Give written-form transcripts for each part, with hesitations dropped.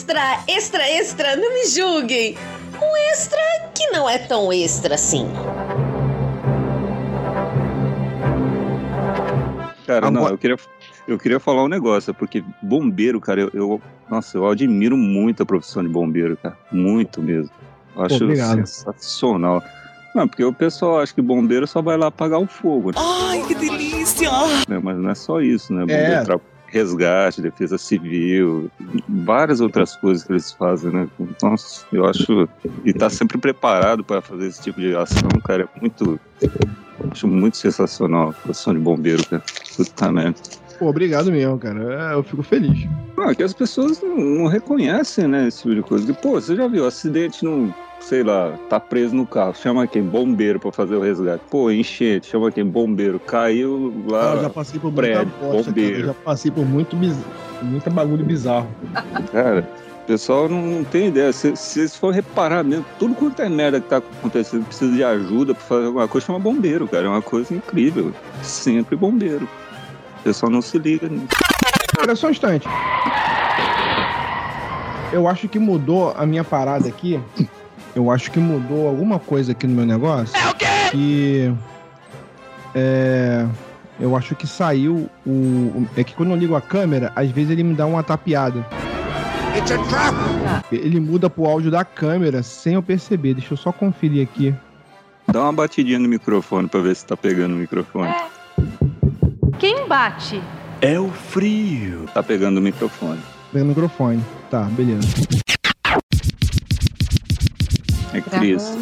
extra, não me julguem. Um extra que não é tão extra assim. Cara, não, eu queria falar um negócio, porque bombeiro, cara, nossa, eu admiro muito a profissão de bombeiro, cara, muito mesmo. Eu acho sensacional. Não, porque o pessoal acha que bombeiro só vai lá apagar o fogo. Né? Ai, que delícia! Mas não é só isso, né? Bombeiro resgate, defesa civil, várias outras coisas que eles fazem, né? Nossa, eu acho... E tá sempre preparado para fazer esse tipo de ação, cara, é muito... Acho muito sensacional a profissão de bombeiro, cara. Puta merda. Pô, obrigado mesmo, cara. Eu fico feliz. É que as pessoas não reconhecem, né, esse tipo de coisa. Pô, você já viu, acidente não... Sei lá, tá preso no carro, chama quem? Bombeiro pra fazer o resgate. Pô, enchente, chama quem? Bombeiro. Caiu lá. Eu já passei por prédio, muita bosta, bombeiro. Cara. Eu já passei por muita bagulho bizarro. Cara, o pessoal não tem ideia. Se vocês for reparar mesmo, tudo quanto é merda que tá acontecendo, precisa de ajuda pra fazer alguma coisa, chama bombeiro, cara. É uma coisa incrível. Sempre bombeiro. O pessoal não se liga nisso. Espera só um instante. Eu acho que mudou a minha parada aqui. Eu acho que mudou alguma coisa aqui no meu negócio. É o quê? Que... eu acho que saiu o... É que quando eu ligo a câmera, às vezes ele me dá uma tapeada. It's a trap! Ele muda pro áudio da câmera sem eu perceber. Deixa eu só conferir aqui. Dá uma batidinha no microfone pra ver se tá pegando o microfone. Quem bate? É o frio. Tá pegando o microfone. Pegando o microfone. Tá, beleza. Cris,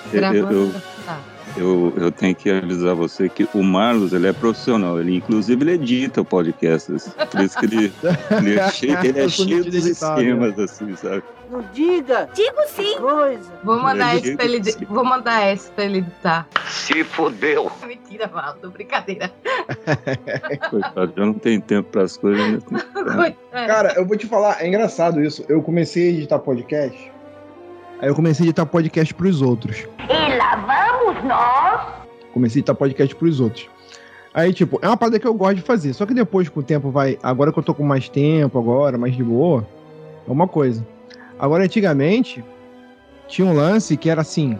eu tenho que avisar você que o Marlos, ele é profissional, ele inclusive ele edita o podcast, por isso que ele é cheio dos esquemas, assim, sabe? Não diga! Digo sim! Coisa. Vou mandar esse pra ele editar. Se fodeu! Mentira, Valdo, brincadeira. Coitado, já não tem tempo pras coisas, né? Cara, eu vou te falar, é engraçado isso, eu comecei a editar podcast. Aí eu comecei a editar podcast pros outros. E lá vamos nós! Comecei a editar podcast pros outros. Aí, tipo, é uma parada que eu gosto de fazer. Só que depois, com o tempo, vai... Agora que eu tô com mais tempo, mais de boa, é uma coisa. Agora, antigamente, tinha um lance que era assim...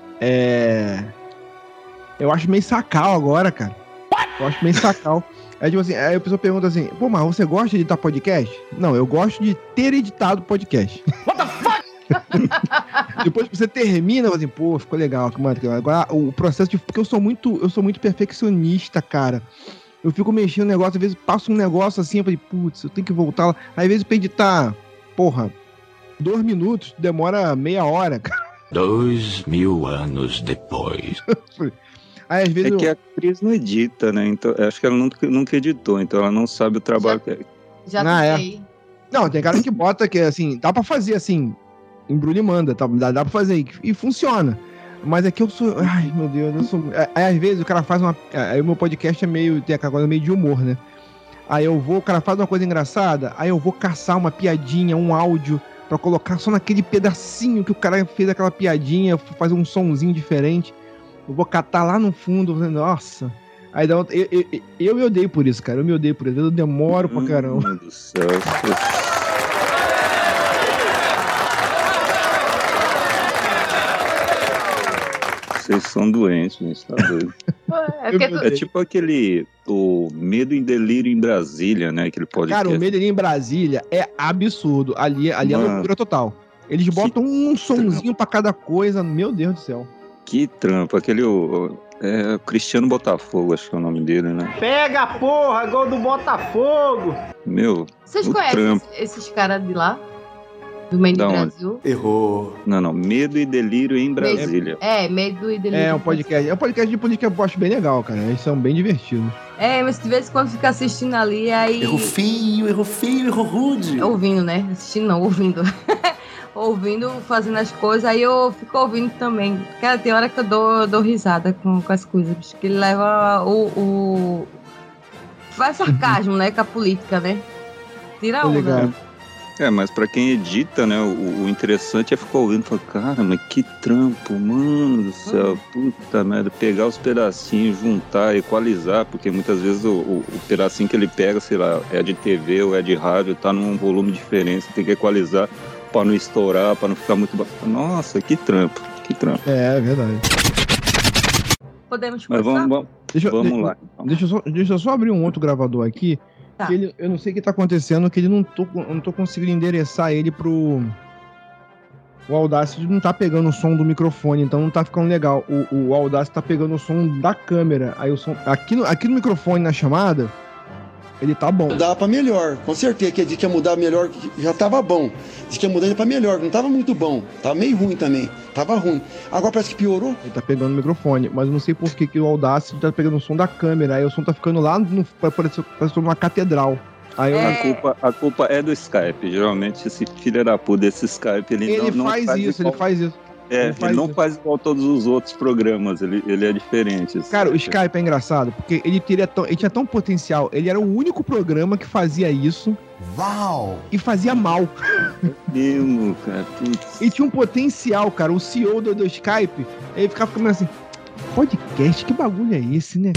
Eu acho meio sacal agora, cara. Eu acho meio sacal. Aí, tipo assim, aí a pessoa pergunta assim... Pô, mas você gosta de editar podcast? Não, eu gosto de ter editado podcast. What the fuck? Depois que você termina, assim, pô, ficou legal. Mano, agora o processo de... Porque eu sou muito perfeccionista, cara. Eu fico mexendo no negócio, às vezes passo um negócio assim, eu falei, putz, eu tenho que voltar lá. Aí, às vezes pra editar, 2 minutos, demora meia hora, cara. 2000 anos depois. Aí, às vezes que a Cris não edita, né? Então, acho que ela nunca editou, então ela não sabe o trabalho que é. Já tentei. Não, tem cara que bota que, assim, dá pra fazer, assim, embrulha e manda, tá? Dá pra fazer e funciona. Mas aqui eu sou... Ai, meu Deus, eu sou... Aí, às vezes, o cara faz uma... Aí o meu podcast tem aquela coisa meio de humor, né? Aí o cara faz uma coisa engraçada, aí eu vou caçar uma piadinha, um áudio, pra colocar só naquele pedacinho que o cara fez aquela piadinha, fazer um sonzinho diferente. Eu vou catar lá no fundo, nossa... Aí dá eu me odeio por isso, cara. Eu me odeio por isso. Eu demoro pra caramba. Meu Deus do céu. Vocês são doentes, gente. Tá doido. É tipo o Medo e Delírio em Brasília, né? Aquele podcast. Cara, o Medo e Delírio em Brasília é absurdo. Ali é loucura total. Eles botam um sonzinho pra cada coisa. Meu Deus do céu. Que trampo. Aquele... Cristiano Botafogo, acho que é o nome dele, né? Pega, porra! Gol do Botafogo! Meu, vocês conhecem esses caras de lá? Do Medo do Brasil? Errou. Não. Medo e Delírio em Brasília. Medo e Delírio. É um podcast. É um podcast de política que eu acho bem legal, cara. Eles são bem divertidos. Mas de vez em quando fica assistindo ali, aí... Errou feio, errou rude. Ouvindo, né? Assistindo não, ouvindo. Ouvindo, fazendo as coisas, aí eu fico ouvindo também. Cara, tem hora que eu dou risada com as coisas, porque ele leva faz sarcasmo, né, com a política, né? Tira onda. Mas pra quem edita, né, o interessante é ficar ouvindo e falar, cara, mas que trampo, mano do céu, puta merda, pegar os pedacinhos, juntar, equalizar, porque muitas vezes o pedacinho que ele pega, sei lá, é de TV ou é de rádio, tá num volume diferente, você tem que equalizar pra não estourar, pra não ficar muito baixo. Nossa, que trampo. É verdade. Podemos começar? Mas vamos lá. Então. Deixa eu só abrir um outro gravador aqui. Tá. Que eu não sei o que tá acontecendo, que ele não tô conseguindo endereçar ele pro... O Audacity não tá pegando o som do microfone, então não tá ficando legal. O Audacity tá pegando o som da câmera. Aí o som... Aqui no microfone, na chamada, ele tá bom. Mudar pra melhor, com certeza. Que ele disse que ia mudar melhor, que já tava bom. Disse que ia mudar ele pra melhor, não tava muito bom. Tava meio ruim também, tava ruim. Agora parece que piorou. Ele tá pegando o microfone, mas eu não sei por que o Audacity tá pegando o som da câmera. Aí o som tá ficando lá, parece uma catedral. Aí A culpa é do Skype. Geralmente esse filho da puta desse Skype, ele não faz isso. Ele não faz igual todos os outros programas, ele é diferente. Cara, o Skype é engraçado, porque ele tinha tão potencial, ele era o único programa que fazia isso. Uau! E fazia mal. Mesmo, cara. Putz. E tinha um potencial, cara. O CEO do Skype, ele ficava ficando assim, podcast, que bagulho é esse, né?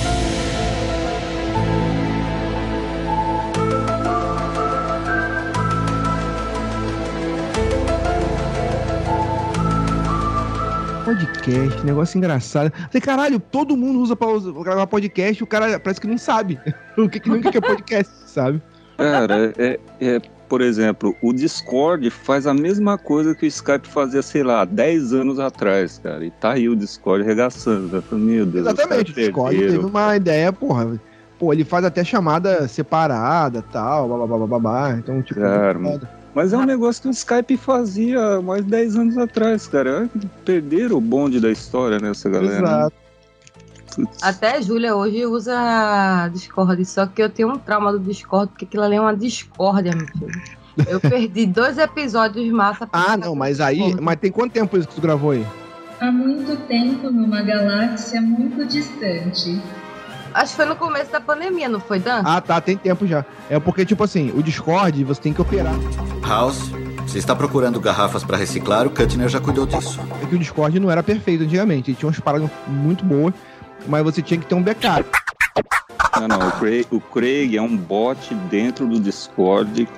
Podcast, negócio engraçado. Falei, caralho, todo mundo usa pra gravar podcast, o cara parece que não sabe o que é podcast, sabe? Cara, por exemplo, o Discord faz a mesma coisa que o Skype fazia, sei lá, 10 anos atrás, cara. E tá aí o Discord arregaçando. Né? Meu Deus, exatamente, o Discord teve uma ideia, porra. Pô, ele faz até chamada separada e tal, babá. Então, tipo... Cara, mas é um negócio que o Skype fazia há mais de 10 anos atrás, cara. Perderam o bonde da história, né, essa galera. Exato. Até a Júlia hoje usa Discord, só que eu tenho um trauma do Discord, porque aquilo ali é uma discórdia, meu filho. Eu perdi 2 episódios massa. Não, mas aí... Mas tem quanto tempo isso que tu gravou aí? Há muito tempo, numa galáxia muito distante. Acho que foi no começo da pandemia, não foi, Dan? Tá, tem tempo já. É porque, tipo assim, o Discord você tem que operar. House, você está procurando garrafas para reciclar, o Kuttner já cuidou disso. É que o Discord não era perfeito antigamente, ele tinha umas paradas muito boas, mas você tinha que ter um backup. Não, o Craig é um bot dentro do Discord.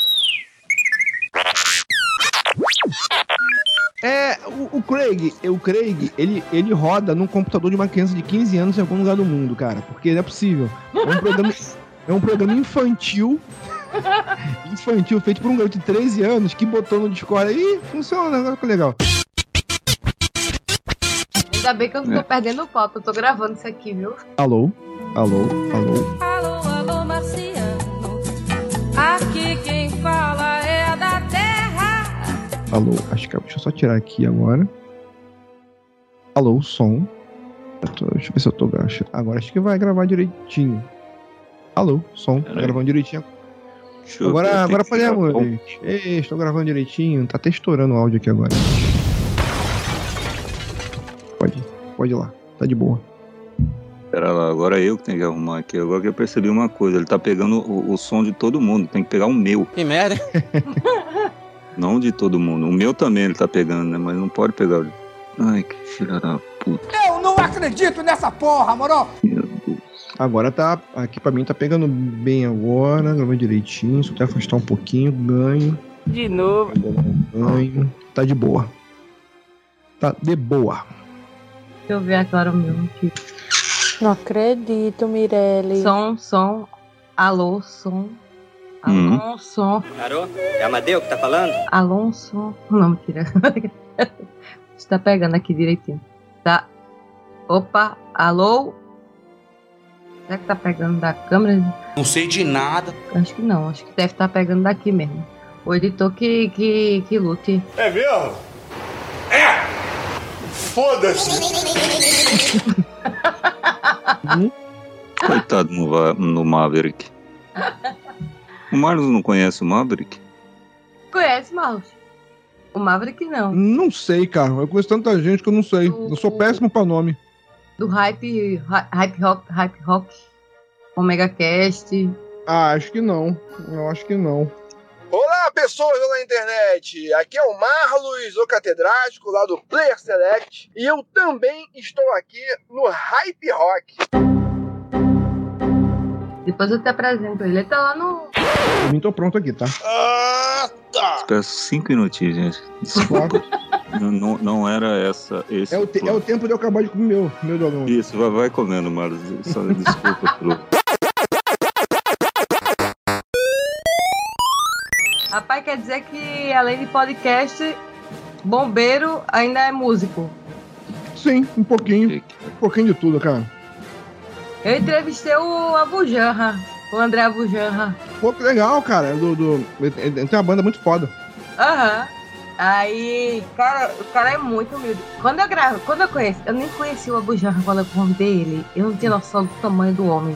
O Craig, ele roda num computador de uma criança de 15 anos em algum lugar do mundo, cara. Porque não é possível. É um programa infantil feito por um garoto de 13 anos que botou no Discord aí, funciona, agora que legal. Ainda bem que eu não tô perdendo o foto, eu tô gravando isso aqui, viu? Alô, marciano. Aqui quem fala é da terra. Alô, acho que... Deixa eu só tirar aqui agora. Alô, som. Deixa eu ver se eu tô... Agora acho que vai gravar direitinho. Alô, som. Tá gravando direitinho. Agora podemos. Estou gravando direitinho. Tá até estourando o áudio aqui agora. Pode ir lá. Tá de boa. Pera lá, agora eu que tenho que arrumar aqui. Agora que eu percebi uma coisa. Ele tá pegando o som de todo mundo. Tem que pegar o meu. Que merda. Não de todo mundo. O meu também ele tá pegando, né? Mas não pode pegar. Ai, que filha da puta. Eu não acredito nessa porra, moro? Meu Deus. Agora tá... Aqui pra mim tá pegando bem agora. Gravando direitinho. Só até afastar um pouquinho. Ganho. De novo. Ganho. Tá de boa. Tá de boa. Deixa eu ver agora o meu aqui. Não acredito, Mirelle. Som. Alô, som. Alô, som. Parou? É Amadeu que tá falando? Alô, som. Não, mentira. Está pegando aqui direitinho. Tá. Opa, alô? Será que tá pegando da câmera? Não sei de nada. Acho que não, acho que deve estar pegando daqui mesmo. O editor que lute. É mesmo? É! Foda-se! Coitado no Maverick. O Marlos não conhece o Maverick? Conhece, Marlos? O Maverick não. Não sei, cara. Eu conheço tanta gente que eu não sei. Eu sou péssimo pra nome. Do Hype Rock, Omega Cast. Acho que não. Eu acho que não. Olá, pessoas na internet! Aqui é o Marlos, o catedrático lá do Player Select, e eu também estou aqui no Hype Rock. Depois eu te apresento ele. Ele tá lá no... Eu tô pronto aqui, tá? Tá. Espera 5 minutinhos, gente. Desculpa. não era esse. É o tempo de eu acabar de comer meu dogão. Isso, vai comendo, Marlos. Só desculpa pro... Rapaz, quer dizer que além de podcast, bombeiro ainda é músico. Sim, um pouquinho. Um pouquinho de tudo, cara. Eu entrevistei o Abujanra, o André Abujanra. Pô, que legal, cara. Ele tem uma banda muito foda. Aham. Aí, cara, o cara é muito humilde. Quando eu conheci, eu nem conheci o Abujanra quando eu convidei ele. Eu não tinha noção do tamanho do homem.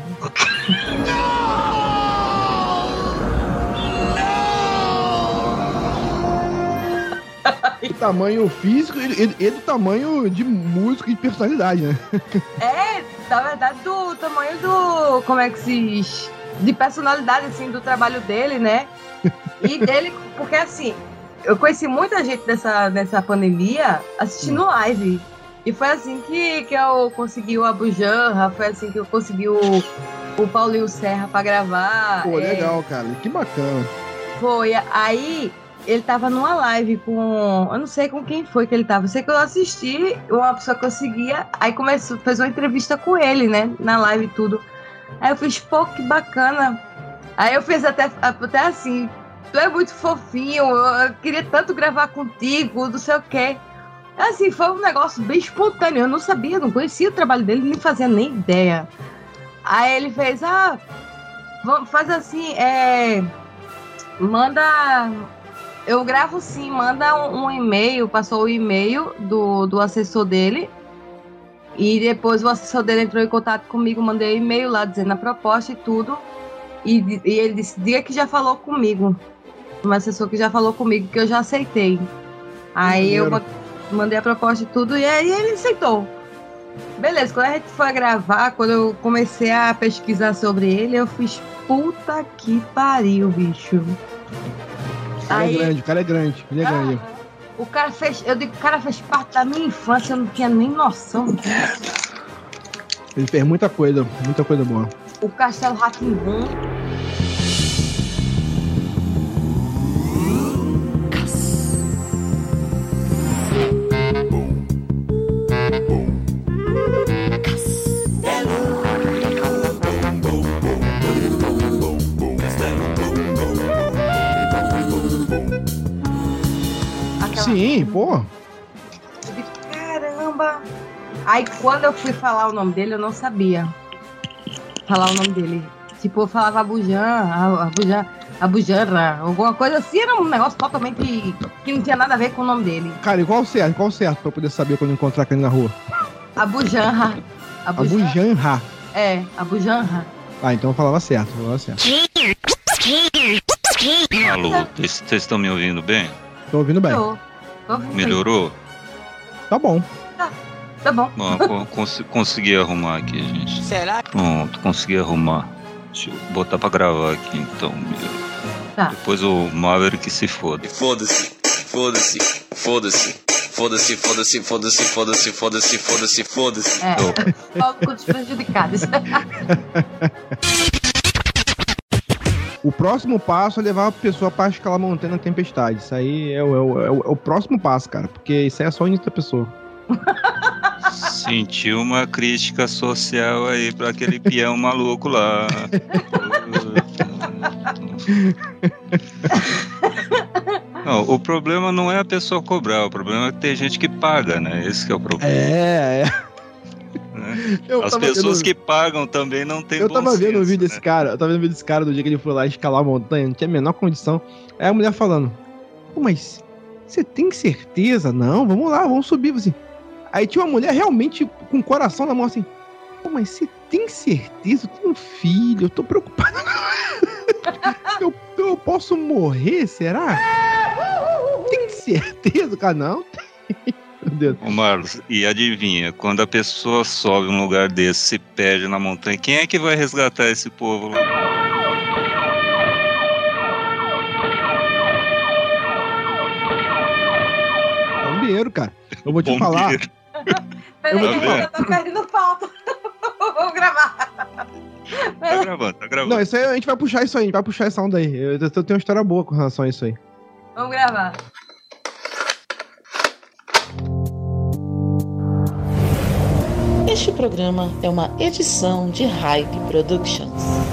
Do tamanho físico e do tamanho de músico e de personalidade, né? Na verdade, do tamanho do... Como é que se diz? De personalidade, assim, do trabalho dele, né? E dele... Porque, assim, eu conheci muita gente nessa pandemia assistindo live. E foi assim que eu consegui o Abujanra, foi assim que eu consegui o Paulinho Serra pra gravar. Pô, legal, cara. Que bacana. Foi. Aí... Ele tava numa live com... Eu não sei com quem foi que ele tava. Eu sei que eu assisti, uma pessoa que eu seguia, aí fez uma entrevista com ele, né? Na live e tudo. Aí eu fiz, pô, que bacana. Aí eu fiz até assim, tu é muito fofinho, eu queria tanto gravar contigo, não sei o quê. Assim, foi um negócio bem espontâneo. Eu não sabia, não conhecia o trabalho dele, nem fazia nem ideia. Aí ele fez, faz assim, manda... Eu gravo sim, manda um e-mail, passou o e-mail do assessor dele, e depois o assessor dele entrou em contato comigo, mandei um e-mail lá dizendo a proposta e tudo, e ele disse, diga que já falou comigo, um assessor que já falou comigo, que eu já aceitei. Aí eu mandei a proposta e tudo, e aí ele aceitou. Beleza, quando a gente foi gravar, quando eu comecei a pesquisar sobre ele, eu fiz, puta que pariu, bicho. O cara é grande. Ele é grande. O cara fez parte da minha infância, eu não tinha nem noção disso. Ele fez muita coisa boa. O Castelo Rá-Tim-Bum. Sim, pô. Caramba. Aí quando eu fui falar o nome dele, eu não sabia falar o nome dele. Tipo, eu falava Abujanra, alguma coisa assim, era um negócio totalmente que não tinha nada a ver com o nome dele. Cara, e qual o certo pra eu poder saber quando encontrar com ele na rua? Abujanra. Abujanra. Abujanra. Então eu falava certo, Alô, vocês estão me ouvindo bem? Tô ouvindo bem. Melhorou? Tá bom. Tá bom. Bom, consegui arrumar aqui, gente. Será? Pronto, consegui arrumar. Deixa eu botar pra gravar aqui, então. Tá. Depois o Maverick se foda. Foda-se. Pouco desprejudicados. O próximo passo é levar a pessoa pra escalar a montanha na tempestade. Isso aí é o próximo passo, cara. Porque isso aí é só o início da pessoa. Sentiu uma crítica social aí pra aquele peão maluco lá. Não, o problema não é a pessoa cobrar, o problema é que tem gente que paga, né? Esse que é o problema. As pessoas que pagam também não tem bom senso. Eu tava vendo o vídeo desse cara, do dia que ele foi lá escalar a montanha, não tinha a menor condição. Aí a mulher falando, pô, mas você tem certeza? Não, vamos lá, vamos subir, assim. Aí tinha uma mulher realmente com o coração na mão assim, pô, mas você tem certeza? Eu tenho um filho, eu tô preocupado. eu posso morrer, será? Tem certeza, cara? Não, tem. Ô Marlos, e adivinha, quando a pessoa sobe um lugar desse, se perde na montanha, quem é que vai resgatar esse povo lá? vou te falar. Peraí, eu tô perdendo pauta. Vamos gravar. Tá gravando. Não, isso aí a gente vai puxar isso aí, a gente vai puxar essa onda aí. Eu tenho uma história boa com relação a isso aí. Vamos gravar. Este programa é uma edição de Hype Productions.